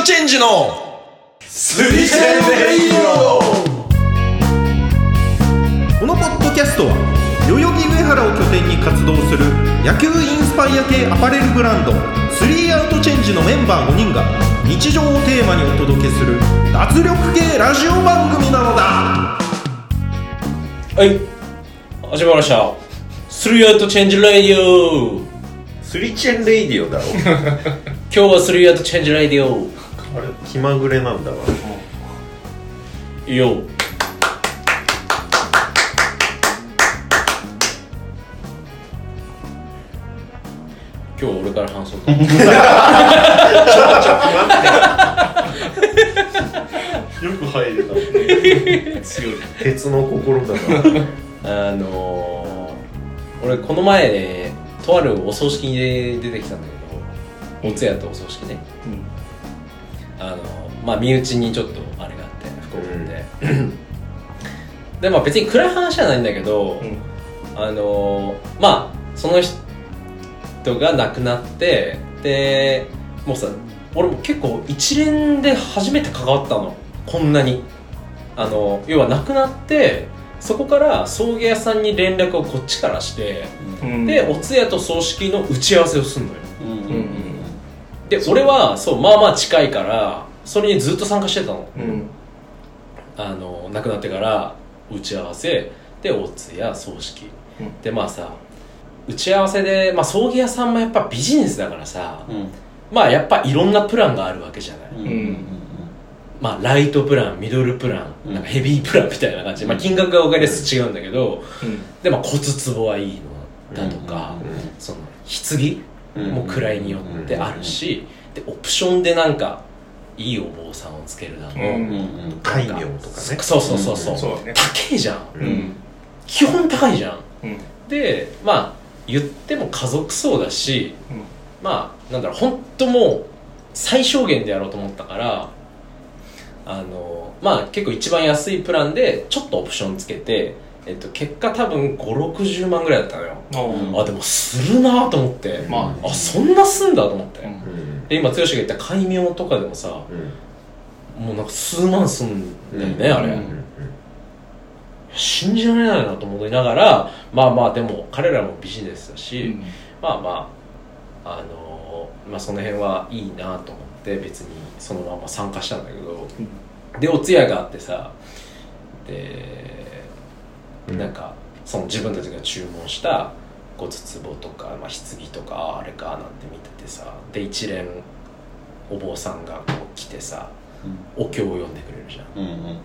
チェンジのスリセンレイディオ。 このポッドキャストは代々木上原を拠点に活動する野球インスパイア系アパレルブランドスリーアウトチェンジのメンバー5人が日常をテーマにお届けする脱力系ラジオ番組なのだ。 はい、始まりました。スリーアウトチェンジレディオ。 スリチェンレイディオだろ今日はスリーアウトチェンジレディオ。 あれ気まぐれなんだわ。 いいよ。今日俺から話そうかよく入れた強い鉄の心だな俺この前ね、とあるお葬式に出てきたんだけど、お通夜とお葬式ね、身内にちょっとあれがあって不幸で、で別に暗い話じゃないんだけど、その人が亡くなって、でもうさ、俺も結構一連で初めて関わったの、こんなに。要は亡くなってそこから葬儀屋さんに連絡をこっちからして、でお通夜と葬式の打ち合わせをするのよ、で俺はそうまあ近いからそれにずっと参加してたの、亡くなってから打ち合わせでお通夜葬式、で打ち合わせで、葬儀屋さんもやっぱビジネスだからさ、やっぱいろんなプランがあるわけじゃない、ライトプラン、ミドルプラン、なんかヘビープランみたいな感じで、金額が分かりやすく違うんだけど、で骨壺はいいのだとか、その棺も位によってあるし、でオプションでなんかいいお坊さんをつけるだの、 戒名とかね。 そう、高いじゃん、基本高いじゃん、で言っても家族葬だし、なんだろう、本当もう最小限でやろうと思ったから、結構一番安いプランでちょっとオプションつけて、結果多分5、60万ぐらいだったのよ。でもするなと思って、そんなすんだと思って、で今剛が言った戒名とかでもさ、もうなんか数万すんだよね、あれ、信じられないなと思いながら、でも彼らもビジネスだし、その辺はいいなと思って別にそのまま参加したんだけど、でお通夜があってさ、でなんかその自分たちが注文した骨壺とか、棺とかあれかなんて見ててさ、で一連お坊さんがこう来てさ、お経を読んでくれるじゃん、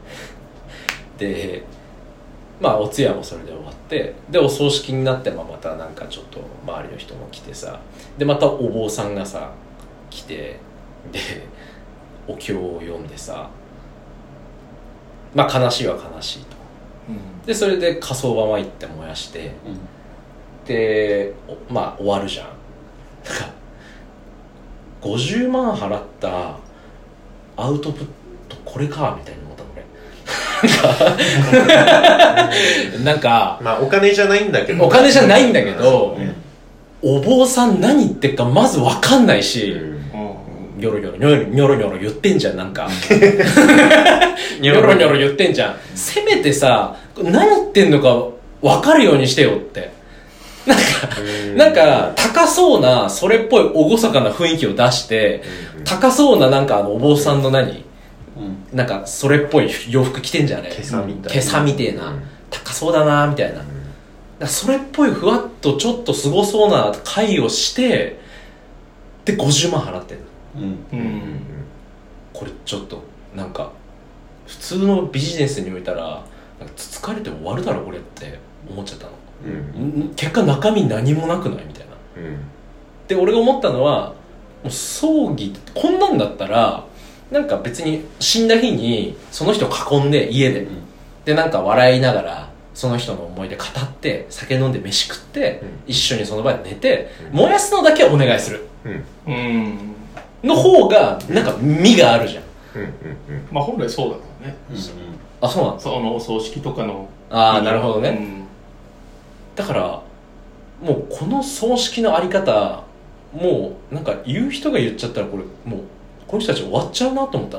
でお通夜もそれで終わって、でお葬式になってまたなんかちょっと周りの人も来てさ、でまたお坊さんがさ来て、でお経を読んでさ、悲しいは悲しいと、でそれで火葬場参って燃やして、で終わるじゃん。なんか50万払ったアウトプットこれかみたいな思った俺なんかお金じゃないんだけど、 お坊さん何言ってるかまず分かんないし、ニョロニョロ言ってんじゃん、なんかニョロニョロ言ってんじゃん。せめてさ、何言ってんのか分かるようにしてよって。なんか高そうなそれっぽい厳かな雰囲気を出して、高そうななんかお坊さんのなんかそれっぽい洋服着てんじゃん、あれ。 今朝みてえな、高そうだなみたいな、それっぽいふわっとちょっとすごそうな会をして、で50万払ってんの。これちょっとなんか普通のビジネスにおいたらなんか疲れて終わるだろこれって思っちゃったの、結果中身何もなくないみたいな、で俺が思ったのは、もう葬儀こんなんだったらなんか別に死んだ日にその人囲んで家で、でなんか笑いながらその人の思い出語って酒飲んで飯食って、一緒にその場で寝て、燃やすのだけお願いする、の方がなんか身があるじゃん。 本来そうだからね。 そうなん。 そのお葬式とかの。 なるほどね。だからもうこの葬式のあり方、もうなんか言う人が言っちゃったらこれもうこの人たち終わっちゃうなと思った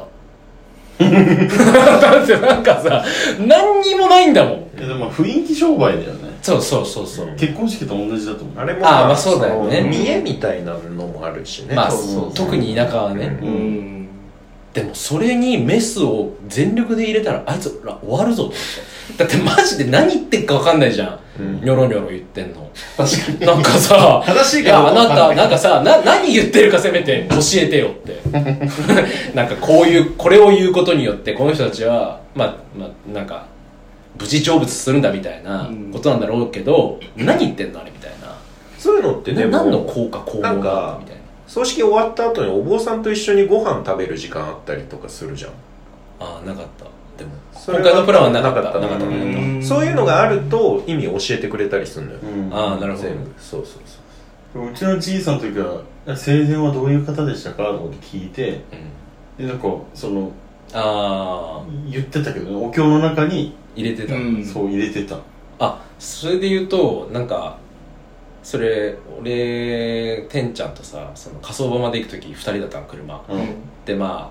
だってなんかさ何にもないんだもん。 でも雰囲気商売だよね。 そう、 結婚式と同じだと思う。 あれもまあそうだよね。 見栄みたいなのもあるしね。 まあそう特に田舎はね、でもそれにメスを全力で入れたらあいつら終わるぞと思って。だってマジで何言ってっか分かんないじゃん、ニョロニョロ言ってんの。 確かになんかさ正しいかあなたなんかさ何言ってるかせめて教えてよってなんかこれを言うことによってこの人たちはなんか無事成仏するんだみたいなことなんだろうけど、何言ってんのあれみたいな。 そういうのってでも何の効果効能なんがかみたいな。 葬式終わった後にお坊さんと一緒にご飯食べる時間あったりとかするじゃん。 ああなかった。でもそれは今回のプランはなかった。 そういうのがあると意味教えてくれたりするのよ。 ああなるほど。 全部そううちのじいさんの時は生前はどういう方でしたかとって聞いて、でなんかその言ってたけどね、お経の中に入れてた、 そう入れてた。 あ、それで言うとなんかそれ俺てんちゃんとさその火葬場まで行く時2人だったの車、でま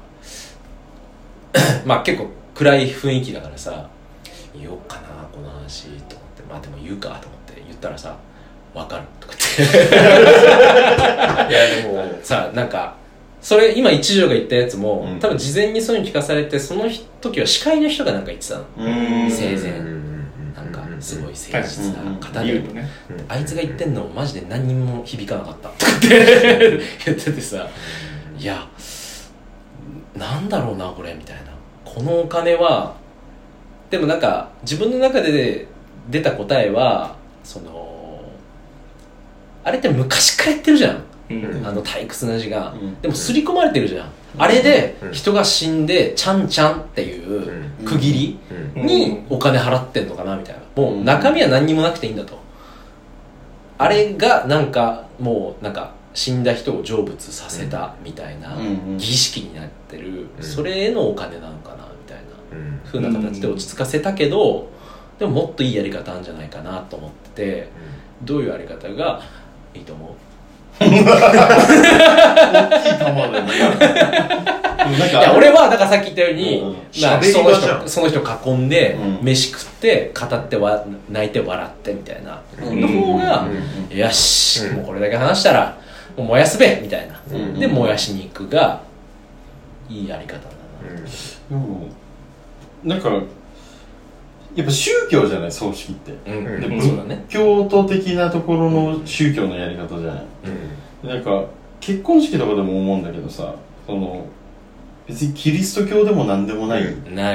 あ結構暗い雰囲気だからさ言おうかなこの話と思って、まあでも言うかと思って言ったらさ分かるとかっていやでもさなんかそれ今一条が言ったやつも、多分事前にそういうの聞かされてその時は司会の人がなんか言ってたの、生前なんかすごい誠実な方で、あいつが言ってんのマジで何にも響かなかったとかって言っててさ、いやなんだろうなこれみたいな。このお金はでもなんか自分の中で出た答えはそのあれって昔からやってるじゃん、あの退屈な時間、でも刷り込まれてるじゃん、あれで人が死んでちゃんちゃんっていう区切りにお金払ってんのかなみたいな。もう中身は何にもなくていいんだと。あれがなんかもうなんか死んだ人を成仏させたみたいな儀式になってる、それへのお金なのかなみたいな風な形で落ち着かせたけど、でももっといいやり方あるんじゃないかなと思ってて、どういうやり方がいいと思う？ 大きい玉だよね。 いや俺はだからさっき言ったように、その人囲んで飯食って語って泣いて笑ってみたいなの方が、よしもうこれだけ話したらもう燃やすべみたいな、で燃やしに行くがいいやり方だな。 なんかやっぱ宗教じゃない葬式って、でそうだね、 仏教徒的なところの宗教のやり方じゃない、なんか結婚式とかでも思うんだけどさ、その別にキリスト教でもなんでもない、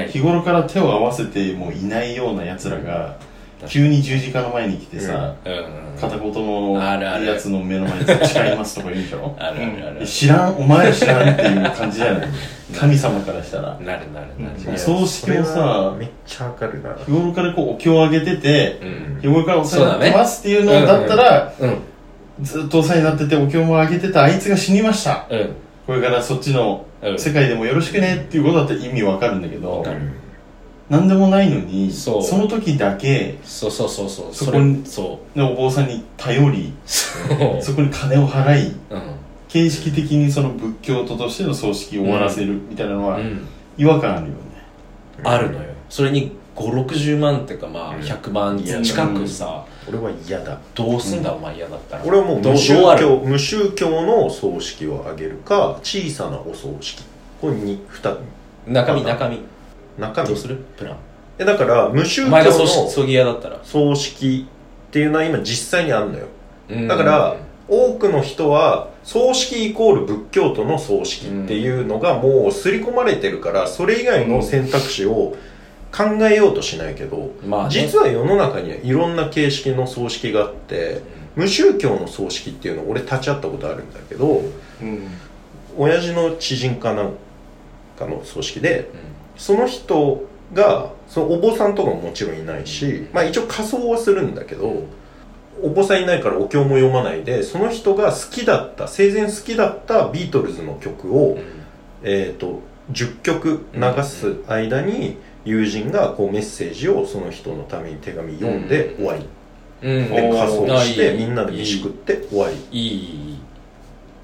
日頃から手を合わせてもいないようなやつらが急に十字架の前に来てさ、片言のやつの目の前で誓いますとか言うでしょ。知らん、お前ら知らんっていう感じじゃない神様からしたら。 なる葬式もさ、 めっちゃわかるな。 日頃からこうお経をあげてて、日頃からお世話になってますっていうのだったら、ずっとお世話になっててお経もあげてたあいつが死にました、これからそっちの世界でもよろしくねっていうことだって意味わかるんだけど、なんでもないのに その時だけそこにお坊さんに頼り、そこに金を払い、形式的にその仏教徒としての葬式を終わらせるみたいなのは違和感あるよね。 あるのよ。それに560万っていうかまあ100万近くさ、 俺は嫌だ。 どうすんだお前嫌だったら。 俺はもう無宗教の葬式を挙げるか小さなお葬式、これ2 中身どうするプラン。 だから無宗教の葬儀屋だったら葬式っていうのは今実際にあるのよ。だから多くの人は葬式イコール仏教徒の葬式っていうのがもう刷り込まれてるから、それ以外の選択肢を考えようとしないけど、実は世の中にはいろんな形式の葬式があって、無宗教の葬式っていうのを俺立ち会ったことあるんだけど、親父の知人かなんかの葬式で、その人がそのお坊さんとかももちろんいないし、一応仮装はするんだけど、お坊さんいないからお経も読まないで、その人が生前好きだったビートルズの曲を、10曲流す間に友人がこうメッセージをその人のために手紙読んで終わり、で仮装してみんなで飯食って終わり。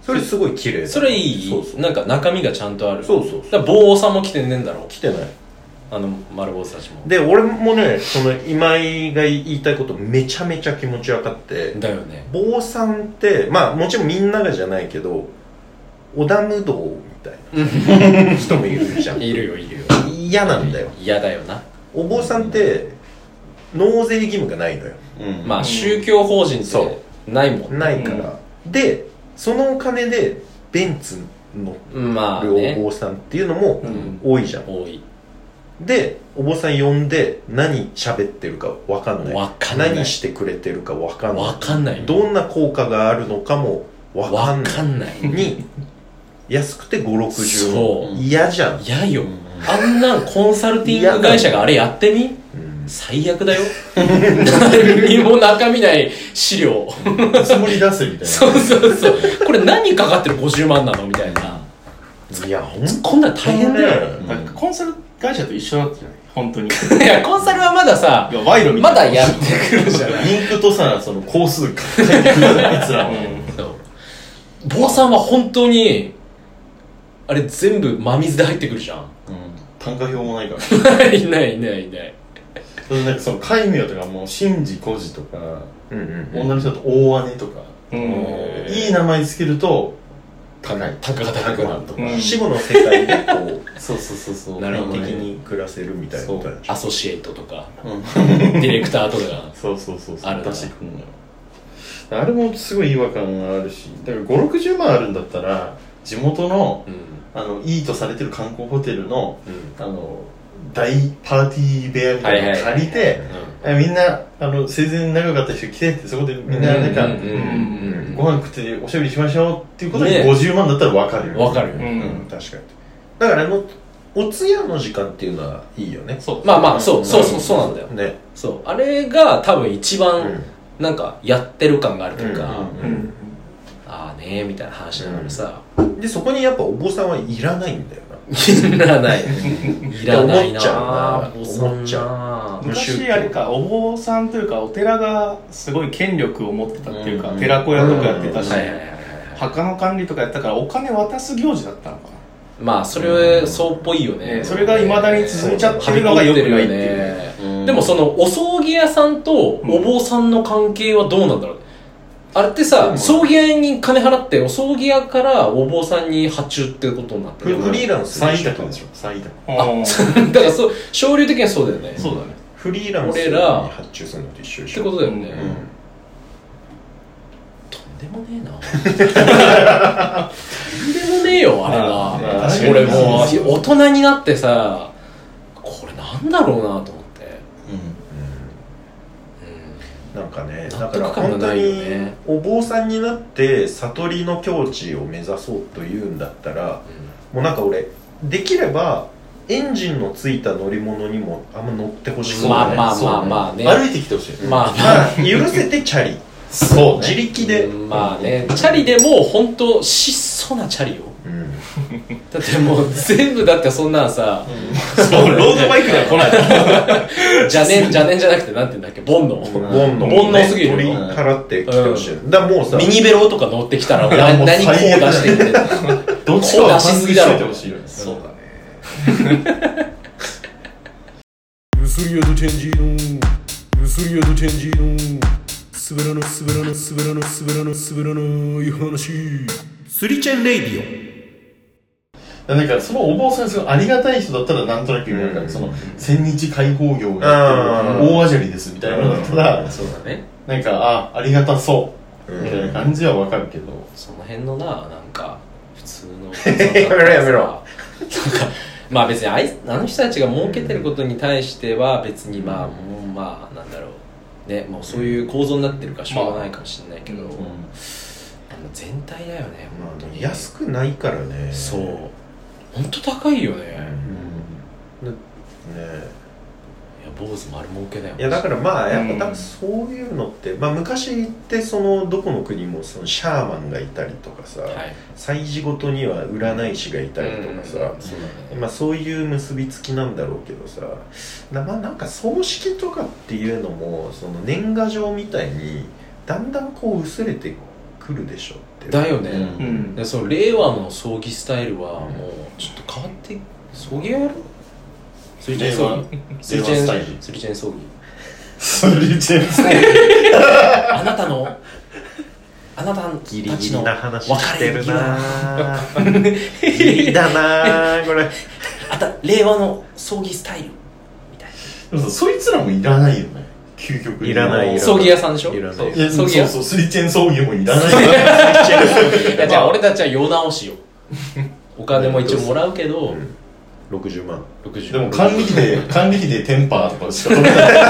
それすごい綺麗だ。 それいい。 そうそう、 なんか中身がちゃんとある。 そうそうそう。 だから坊さんも来てねえんだろ。 来てない。 丸坊主たちも。 で俺もね、その今井が言いたいことめちゃめちゃ気持ち分かって。 だよね。 坊さんってまあもちろんみんながじゃないけど、織田無道みたいな人もいるじゃん。 いるよいるよ。 嫌なんだよ。 嫌だよな。 お坊さんって納税義務がないのよ。 まあ宗教法人ってないもんね。 ないから、でそのお金でベンツ乗るお坊さんっていうのも多いじゃん、 多い。 でお坊さん呼んで何喋ってるか分かんない、何してくれてるか分かんない、どんな効果があるのかも分かんないに安くて560万。嫌じゃん。 嫌よ。あんなコンサルティング会社があれやってみ、最悪だよ。何にも中身ない資料つもり出せみたいな。 そうこれ何かかってる50万なのみたいな。 いやこんなん大変だよ。 コンサル会社と一緒だったじゃない本当に。 いやコンサルはまださ、まだやってくるじゃない。 リンクとさ、その工数書いてくるやつらも。 坊さんは本当にあれ全部真水で入ってくるじゃん。 単価表もないからいない。 それなんかその戒名とかもう神事古事とか、女の人だと大姉とか、いい名前つけると高い高くなるとか、 死後の世界でこうそうなるほどね、 的に暮らせるみたいなことアソシエイトとか、ディレクターとかがそうある出してくるのよ。あれもすごい違和感があるし、だから5、60万あるんだったら地元の、いいとされてる観光ホテルの、大パーティー部屋みたいなのを借りて、みんな生前仲良かった人来てって、そこでみんななんかご飯食っておしゃべりしましょうっていうことで50万だったら分かるよ。 分かるよ、 確かに。だからお通夜の時間っていうのはいいよね。 まあそうなんだよね。そうあれが多分一番なんかやってる感があるというか、ああねみたいな話なのにさ、 でそこにやっぱお坊さんはいらないんだよな。 いらないな。 思っちゃう。 昔あれか、お坊さんというかお寺がすごい権力を持ってたっていうか、寺子屋とかやってたし、墓の管理とかやったからお金渡す行事だったのかな。 まあそれそうっぽいよね。 それが未だに続いちゃってるのが良くないっていう。 でもそのお葬儀屋さんとお坊さんの関係はどうなんだろう。あれってさ、葬儀屋に金払ってお葬儀屋からお坊さんに発注ってことになってる。 フリーランス最高でしょ。最高。 だから省流的にはそうだよね。 そうだね。 フリーランスに発注するのと一緒でしょってことだよね。とんでもねえな。とんでもねえよあれが。俺もう大人になってさ、これなんだろうなと思って。 なんかね、だから本当にお坊さんになって悟りの境地を目指そうというんだったら、もうなんか俺できればエンジンのついた乗り物にもあんま乗ってほしくない。 まあね、 歩いてきてほしい。 まあ許せてチャリ、 そう自力で、 まあね、チャリでも本当質素なチャリよ。だってもう全部だってそんなんさ、 ロードバイクでは来ない。 邪念じゃなくてなんて言うんだっけ、煩悩すぎるよ。 取り払ってきてほしい。だからもうさ、 ミニベロとか乗ってきたら何こう出してきて、 どっちかは出しすぎだろ。 そうだね。 ユスリアとチェンジのすべらのい話、スリチェンレイディオ。 なんかそのお坊さんすごいありがたい人だったらなんとなく意味あるから、その千日開放業をやってる大あじゃりですみたいなのだったら、 そうだね、 なんかありがたそうみたいな感じはわかるけど、 その辺のなんか普通のやめろまあ別にあの人たちが儲けてることに対しては別にまあなんだろうね、もうそういう構造になってるからしょうがないかもしれないけど、全体だよね本当に。 安くないからね。 そう本当高いよね。いや坊主丸儲けだよ。 いやだからまあやっぱ多分そういうのって、まあ昔ってそのどこの国もそのシャーマンがいたりとかさ、祭事ごとには占い師がいたりとかさ、まあそういう結びつきなんだろうけどさ、まあなんか葬式とかっていうのもその年賀状みたいにだんだんこう薄れて来るでしょってだよね、でその令和の葬儀スタイルはもうちょっと変わって葬儀屋やろスリチェン葬儀スリチェン葬儀スリチェン葬儀あなたギリギリな話してるなギリだなこれ令和の葬儀スタイルみたいな。でもそいつらもいらないよね、究極いらない葬儀屋さんでしょ。 いらないそうスリチェン葬儀もいらないいやじゃあ俺たちは世直しよお金も一応もらうけど、 60万でも管理費でテンパーとかしか取れ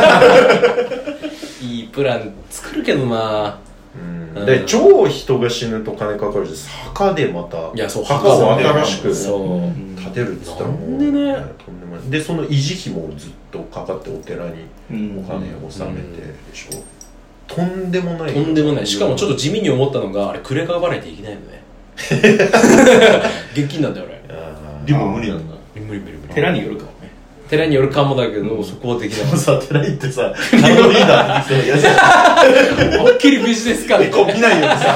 ないいいプラン作るけどな。 で超人が死ぬと金かかるし、墓でまた墓を新しく建てるっつったらもうなんでね、 とんでもない。でその維持費もずっとかかってお寺にお金を納めてでしょ、とんでもない。 とんでもない。しかもちょっと地味に思ったのが、あれクレカ払いできないのね現金なんだよ俺。 リボ無理なんだ。 無理寺によるかもね。 寺によるかもだけど、そこはできない。 でもさ、寺行ってさ、カードリーダーって言ってたら思いっきりビジネスかね。 こう見ないようにさ、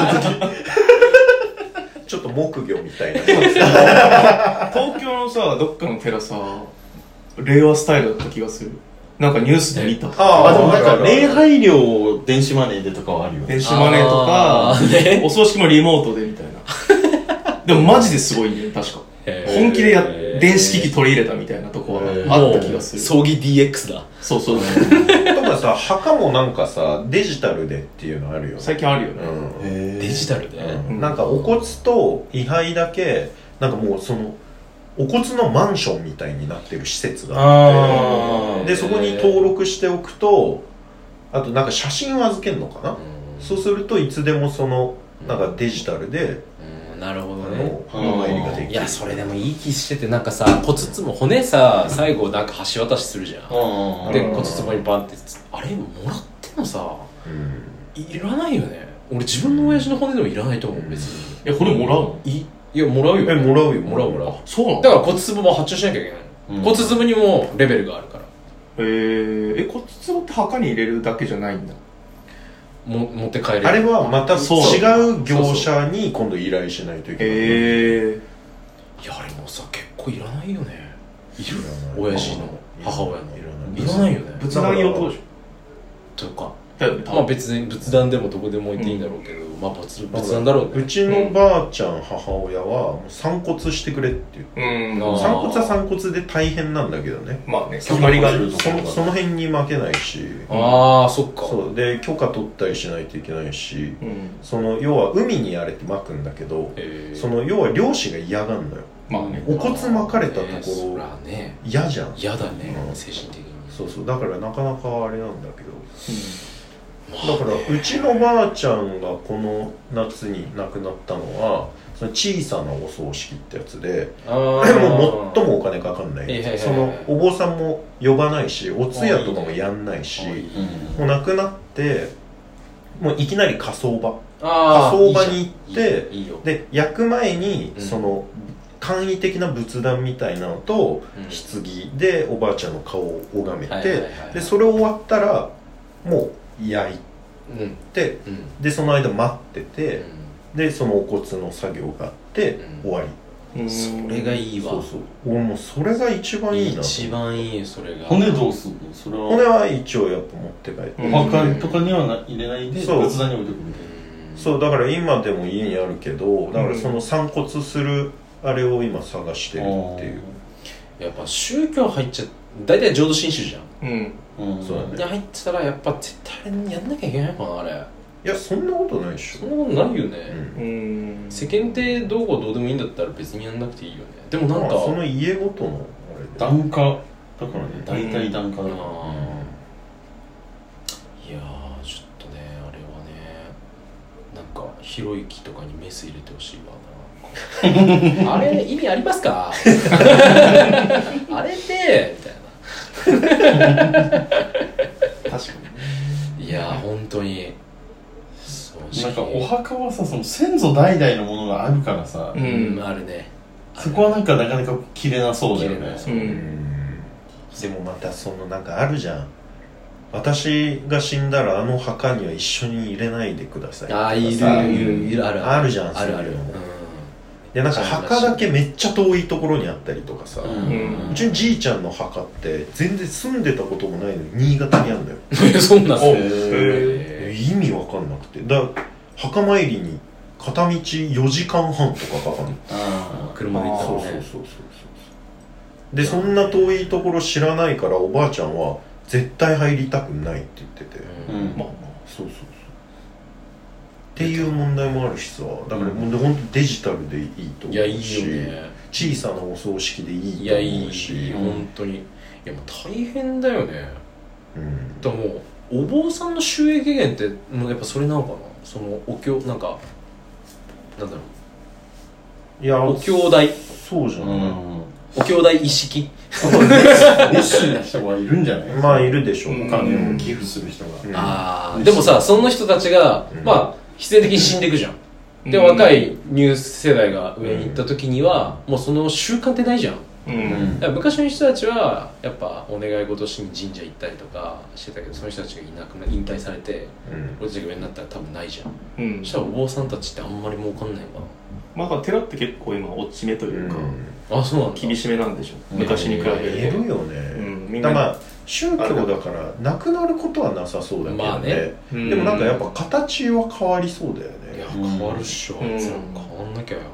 ちょっと木魚みたいな東京のさ、どっかの寺さ、令和スタイルだった気がする。なんかニュースで見た。 でもなんか礼拝料を電子マネーでとかはあるよ。 電子マネーとか、お葬式もリモートでみたいな。でもマジですごいね、確か。本気で電子機器取り入れたみたいなとこはあった気がする。 葬儀 DX だ。 そうとかさ、墓もなんかさデジタルでっていうのあるよね。 最近あるよね。デジタルで、 なんかお骨と位牌だけなんかもうそのお骨のマンションみたいになってる施設があって、でそこに登録しておくと、あとなんか写真を預けるのかな、そうするといつでもそのなんかデジタルで、 なるほどね、 墓参りができる。 いやそれでもいい気してて、なんかさ骨壺骨さ最後なんか橋渡しするじゃん、で骨壺にバンってあれもらってもさ、いらないよね。俺自分の親父の骨でもいらないと思う別に。 いや骨もらうの？ いやもらうよ。 もらうよ。 もらう。 そうなの？ だから骨壺も発注しなきゃいけない。骨壺にもレベルがあるから。 骨壺って墓に入れるだけじゃないんだ。 持って帰れる。 あれはまた違う業者に今度依頼しないといけない。いやあれもさ結構いらないよね。いる？親父の母親のいらないよね。 仏壇用とでしょ。 とか。まあ別に仏壇でもどこでも置いていいんだろうけど、まあ仏壇だろうね。 うちのばあちゃん母親はもう散骨してくれって言って、散骨は散骨で大変なんだけどね。 まあね、決まりがある。 その辺に負けないし、 そっか。 そうで許可取ったりしないといけないし、その要は海にあれって撒くんだけど、その要は漁師が嫌がんのよ。まあね、お骨撒かれたところ嫌じゃん。 嫌だね、精神的に。 そうだからなかなかあれなんだけど。だからうちのばあちゃんがこの夏に亡くなったのはその小さなお葬式ってやつで、もう最もお金かかんない、そのお坊さんも呼ばないしお通夜とかもやんないし、もう亡くなってもういきなり火葬場に行ってで焼く前にその簡易的な仏壇みたいなのと棺でおばあちゃんの顔を拝めて、でそれ終わったらもう焼いて、でその間待ってて、でそのお骨の作業があって終わり。 それがいいわ。 俺もそれが一番いいな。 一番いいそれが。 骨どうするの？それは骨は一応やっぱ持って帰って、 お墓とかには入れないで仏壇に置いとくみたいな。 そうだから今でも家にあるけど、だからその散骨するあれを今探してるっていう。 やっぱ宗教入っちゃ大体浄土真宗じゃん。 そうだね。 入ってたらやっぱ絶対やんなきゃいけないかなあれ。 いやそんなことないでしょ。 そんなことないよね。世間体どうこうどうでもいいんだったら別にやんなくていいよね。でもなんかその家ごとの檀家だからね、大体檀家だから。いやちょっとねあれはね、なんかひろゆきとかにメス入れてほしいわな。あれ意味ありますか？あれでみたいな。確かに。いや本当になんかお墓はさ、その先祖代々のものがあるからさ、 あるね。 そこはなんかなかなか切れなそうだよね。 でもまたそのなんかあるじゃん。 私が死んだらあの墓には一緒に入れないでくださいとかさ、 いるあるじゃん、 ある、 でなんか墓だけめっちゃ遠いところにあったりとかさ、うちのじいちゃんの墓って全然住んでたこともないのに新潟にあるんだよそんなんす意味わかんなくて、墓参りに片道4時間半とかかかる。 車で行ったもんね。 そうでそんな遠いところ知らないからおばあちゃんは絶対入りたくないって言ってて、そうっていう問題もあるしさ、だからもう本当デジタルでいいと思うし、 いいよね、 小さなお葬式でいいと思うし、 本当にもう大変だよね。だからもうお坊さんの収益源ってもうやっぱそれなのかな、そのお経なんだろう、いやお経代、 そうじゃない、 お経代一式熱心な人はいるんじゃない？ まあいるでしょう、 お金を寄付する人が。でもさ、その人たちがまあ必然的に死んでいくじゃん。で若いニュース世代が上に行った時にはもうその習慣ってないじゃん。だから昔の人たちはやっぱお願い事しに神社行ったりとかしてたけど、その人たちがいなくな引退されて、俺たちが上になったら多分ないじゃん。そしたらお坊さんたちってあんまり儲かんないのかな。 まあ寺って結構今落ち目というか、 そうなんだ、 厳しめなんでしょう、昔に比べると。 いるよね、だからまあ宗教だからなくなることはなさそうだけどね、でもなんかやっぱ形は変わりそうだよね。 いや変わるっしょ、変わんなきゃよ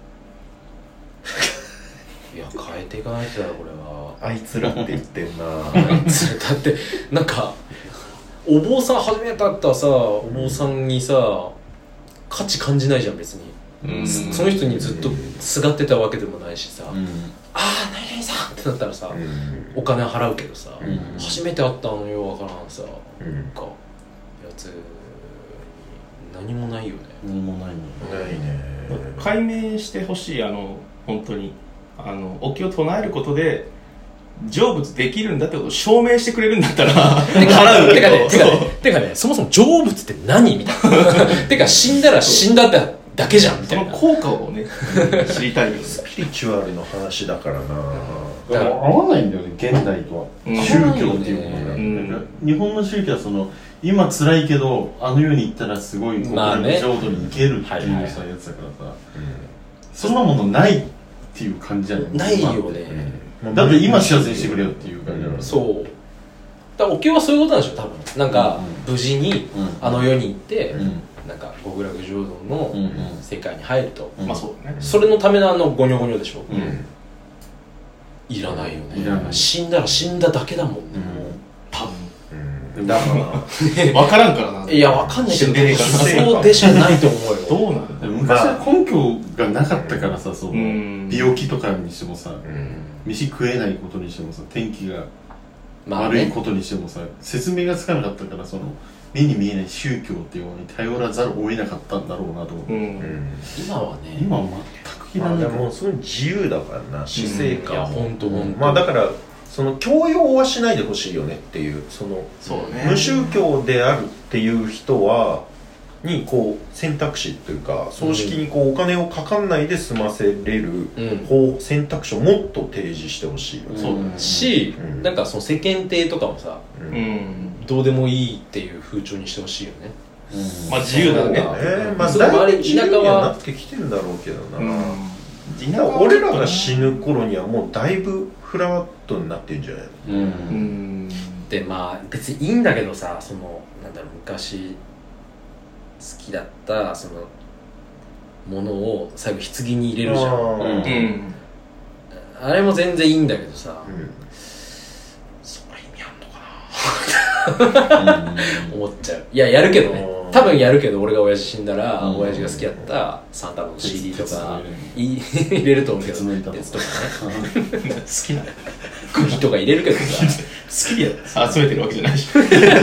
いや変えていかないとだよこれは。 あいつらって言ってんなあいつらだってなんかお坊さん初めて会ったさお坊さんにさ価値感じないじゃん別に。その人にずっとすがってたわけでもないしさ、ああ何々さんってなったらさ、お金払うけどさ、初めて会ったのよわからんさ、なんかやつ何もないよね。 何もないね。 解明してほしい。本当にお経を唱えることで成仏できるんだってことを証明してくれるんだったら払う。 てかねそもそも成仏って何みたいなてか死んだら死んだってだけじゃんみたいな。 その効果をね知りたいよね。 スピリチュアルの話だからな。 だから合わないんだよね現代とは、宗教っていうものが、日本の宗教はその今辛いけどあの世に行ったらすごい極楽浄土に行けるっていうさやつだからさ、そんなものないっていう感じじゃないないよね、 だって今幸せにしてくれよっていう感じだから、 そうだからお経はそういうことなんでしょ多分。なんか無事にあの世に行ってなんか極楽浄土の世界に入ると、 まあそうね。 それのためのゴニョゴニョでしょ。いらないよね。死んだら死んだだけだもんね。多分。 だから分からんからな。 いや分かんないけどそうでしかないと思うよ。 どうなんだ。 昔は根拠がなかったからさ、その病気とかにしてもさ、飯食えないことにしてもさ、天気が悪いことにしてもさ、説明がつかなかったから、その目に見えない宗教っていうものに頼らざるを得なかったんだろうなと思って、 今はね、 今は全くいらない。 でもそれ自由だからな、死生観。 いや本当まあだからその強要はしないでほしいよねっていう、その無宗教であるっていう人はにこう選択肢というか葬式にこうお金をかかんないで済ませれる選択肢をもっと提示してほしいよね。 そうし、なんかその世間体とかもさ、どうでもいいっていう風潮にしてほしいよね。 まあ自由だね。 まあだいぶ自由にはなってきてんだろうけどな。俺らが死ぬ頃にはもうだいぶフラットになってんじゃないの。 でまあ別にいいんだけどさ、そのなんだろう昔好きだったそのものを最後棺に入れるじゃん。あれも全然いいんだけどさ、その意味あんのかな思っちゃう。いややるけどね、多分やるけど、俺が親父死んだら親父が好きだったサンタの CD とか入れると思うけど、鉄とかね好きな釘とか入れるけどさ好きで集めてるわけじゃないし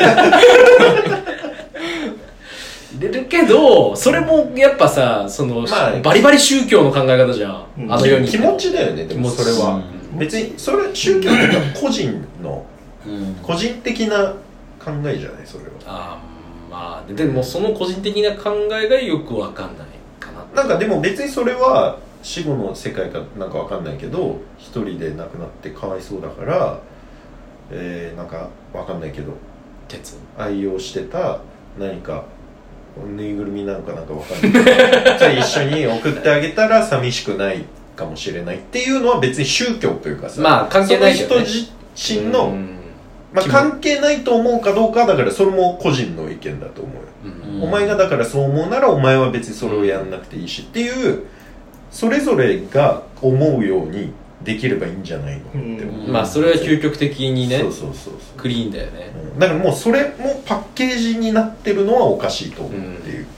入れるけど、それもやっぱさ、その、バリバリ宗教の考え方じゃん、あの世に気持ちだよね。でもそれは別にそれ宗教というか個人の個人的な考えじゃない、それは。 まあでもその個人的な考えがよくわかんないかな。 なんかでも別にそれは死後の世界かなんかわかんないけど、一人で亡くなってかわいそうだから、なんかわかんないけど愛用してた何かぬいぐるみなんか分かんないじゃあ一緒に送ってあげたら寂しくないかもしれないっていうのは別に宗教というかさ、 まあ関係ないけどね、 その人自身の、まあ、関係ないと思うかどうかだからそれも個人の意見だと思うよ、お前がだからそう思うならお前は別にそれをやんなくていいしっていうそれぞれが思うようにできればいいんじゃないのって思う、 まあそれは究極的にね、 そうクリーンだよね、 だからもうそれもパッケージになってるのはおかしいと思うっていう、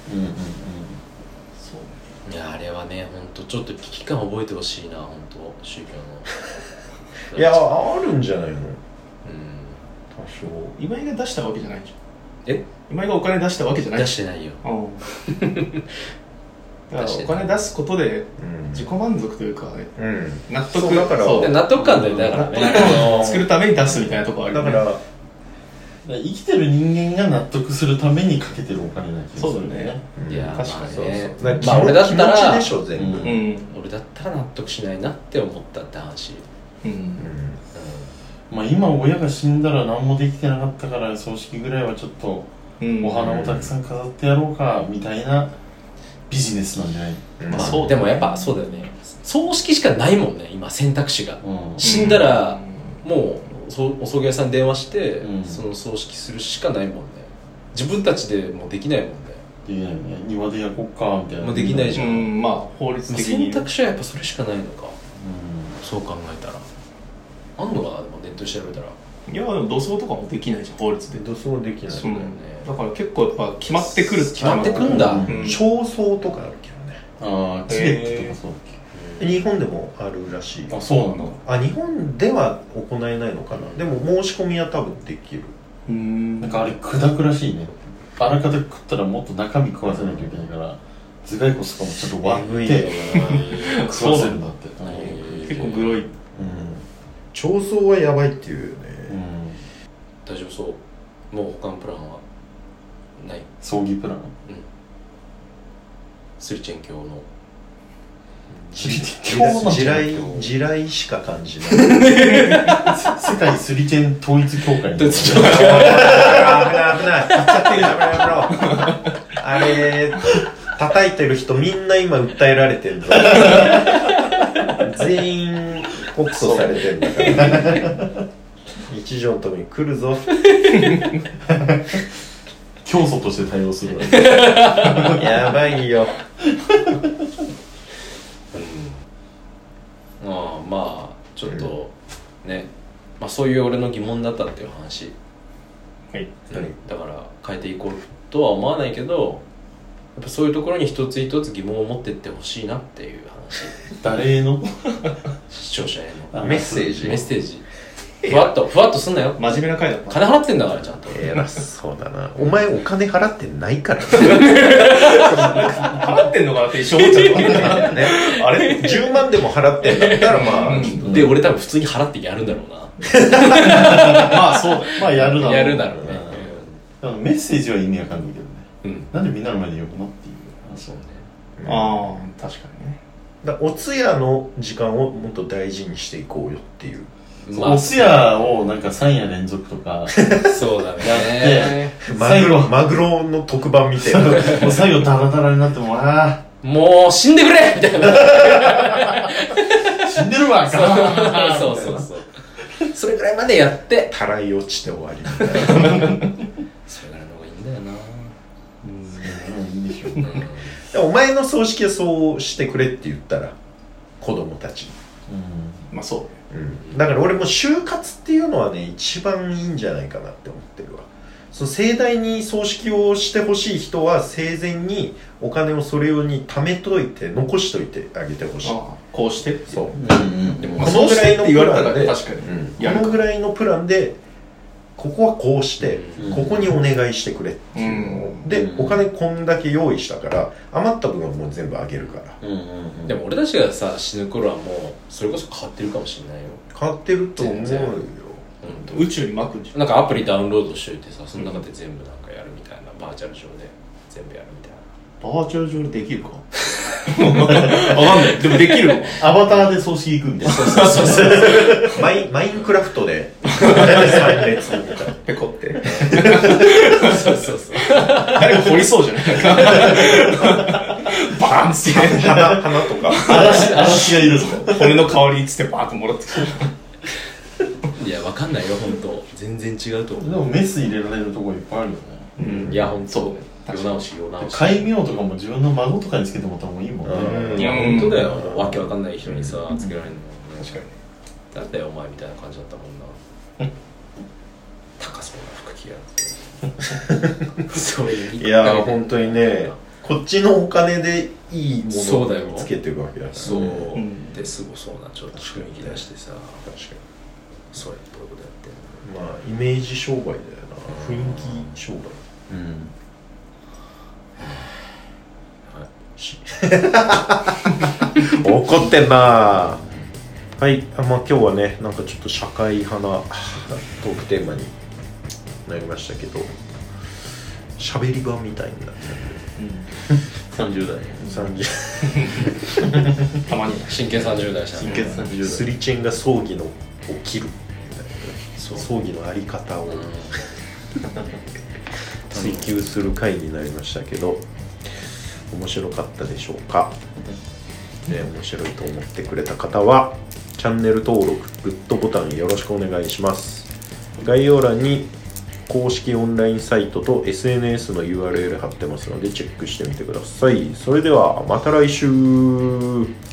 いやあれはね本当ちょっと危機感覚えてほしいな本当宗教のいやあるんじゃないの、多少今井が出したわけじゃないじゃん。今井がお金出したわけじゃない。 出してないよ。 だからお金出すことで自己満足というか、納得だから納得感だよね。だからね、 納得感を作るために出すみたいなところあるよね。 だから生きてる人間が納得するためにかけてるお金なんですよね。 そうだね。 いや確かにね。まあ俺だったら気持ちでしょ全部。 俺だったら納得しないなって思ったって話。 まあ今親が死んだら何もできてなかったから葬式ぐらいはちょっとお花をたくさん飾ってやろうかみたいなビジネスなんじゃない？ まあでもやっぱそうだよね。葬式しかないもんね今選択肢が。死んだらもうお葬儀屋さんに電話してその葬式するしかないもんね。自分たちでもうできないもんね。 できないよね。庭で焼こっかみたいな。 もうできないじゃん。 まあ法律的に選択肢はやっぱそれしかないのか。そう考えたら。あんのかなでもネットで調べたら。 いやでも土葬とかもできないじゃん法律で。 土葬できない。 そうだよね。 だから結構やっぱ決まってくる。 決まってくんだ。 彫葬とかあるけどね。 ああチベットとかそうだっけ。日本でもあるらしい。 あそうなんだ。 日本では行えないのかな。でも申し込みは多分できる。 なんかあれ砕くらしいね。あらかた食ったらもっと中身食わせなきゃいけないから頭蓋骨とかもちょっと割って食わせるんだって。 結構グロい。 彫葬はやばいっていうよね。 大丈夫そう。もう他のプランはない。 葬儀プラン。 スリチェン教の地雷しか感じない。 世界スリチェン統一協会に。危ない。 あれ叩いてる人みんな今訴えられてる。全員告訴されてるんだから一条のために来るぞ教祖として対応するやばいよまあちょっとね、まあそういう俺の疑問だったっていう話。 はい。 だから変えていこうとは思わないけどやっぱそういうところに一つ一つ疑問を持ってってほしいなっていう話。 誰への？ 視聴者へのメッセージ。 ふわっとすんなよ。 真面目な回だった。 金払ってんだからちゃんと。 そうだな。お前お金払ってないから。 払ってんのかなって一生思っちゃったね。 あれ10万でも払ってんだったらまあ。 で俺多分普通に払ってやるんだろうな。 まあそうだ。 まあやるだろう。 やるだろうね。 メッセージは意味わかんないけどね。なんでみんなの前で呼ぶのっていう話。 そうね。 ああ確かにね。 お通夜の時間をもっと大事にしていこうよっていう。 お通夜をなんか3夜連続とかそうだね。 マグロの特番みたいな。 もう最後ダラダラになってももう死んでくれみたいな。 死んでるわ。 そう。それぐらいまでやってたらい落ちて終わりみたいな。それぐらいの方がいいんだよな。 いいんでしょうね。 お前の葬式はそうしてくれって言ったら子供たちに。 まあそう。 だから俺も就活っていうのはね一番いいんじゃないかなって思ってるわ。その盛大に葬式をしてほしい人は生前にお金をそれ用に貯めといて残しといてあげてほしい。 こうしてそう、 でもこのぐらいのプランで確かに、 このぐらいのプランでここはこうして、ここにお願いしてくれっていうのを、でお金こんだけ用意したから余った分はもう全部あげるから、 でも俺たちがさ死ぬ頃はもうそれこそ変わってるかもしれないよ。 変わってると思うよ。 宇宙に巻くんじゃん。 なんかアプリダウンロードしといてさその中で全部なんかやるみたいな、バーチャル上で全部やるみたいな。 バーチャル上でできるかわかんないでもできるのアバターで葬式行くんでそうマインクラフトで3列みたいなペコってそう誰か掘りそうじゃないバーンって花とか嵐がいるぞ骨の代わりにつってバーンともらってくるいやわかんないよ本当全然違うと思う。 でもメス入れられるところいっぱいあるよね。 いや本当そうね。 世直し戒名とかも自分の孫とかにつけてもらった方がいいもんね。 いや本当だよ。わけわかんない人にさつけられるの。 確かに。 誰だよお前みたいな感じだったもんな。高そうな服着やがって。そういう。 いや本当にね、こっちのお金でいいものをつけてるわけだから、ね。 そうですごそうなちょっと雰囲気出してさ。確かに。そういうことやってる。まあイメージ商売だよな。雰囲気商売。怒ってんな。はい、まあ今日はねなんかちょっと社会派なトークテーマになりましたけど、喋り場みたいになってたんで、30代たまに真剣30代真剣30代スリチェンが葬儀のを切るみたいな、葬儀のあり方を追求する回になりましたけど、面白かったでしょうか。面白いと思ってくれた方はチャンネル登録、グッドボタンよろしくお願いします。概要欄に公式オンラインサイトと SNS の URL 貼ってますのでチェックしてみてください。それではまた来週。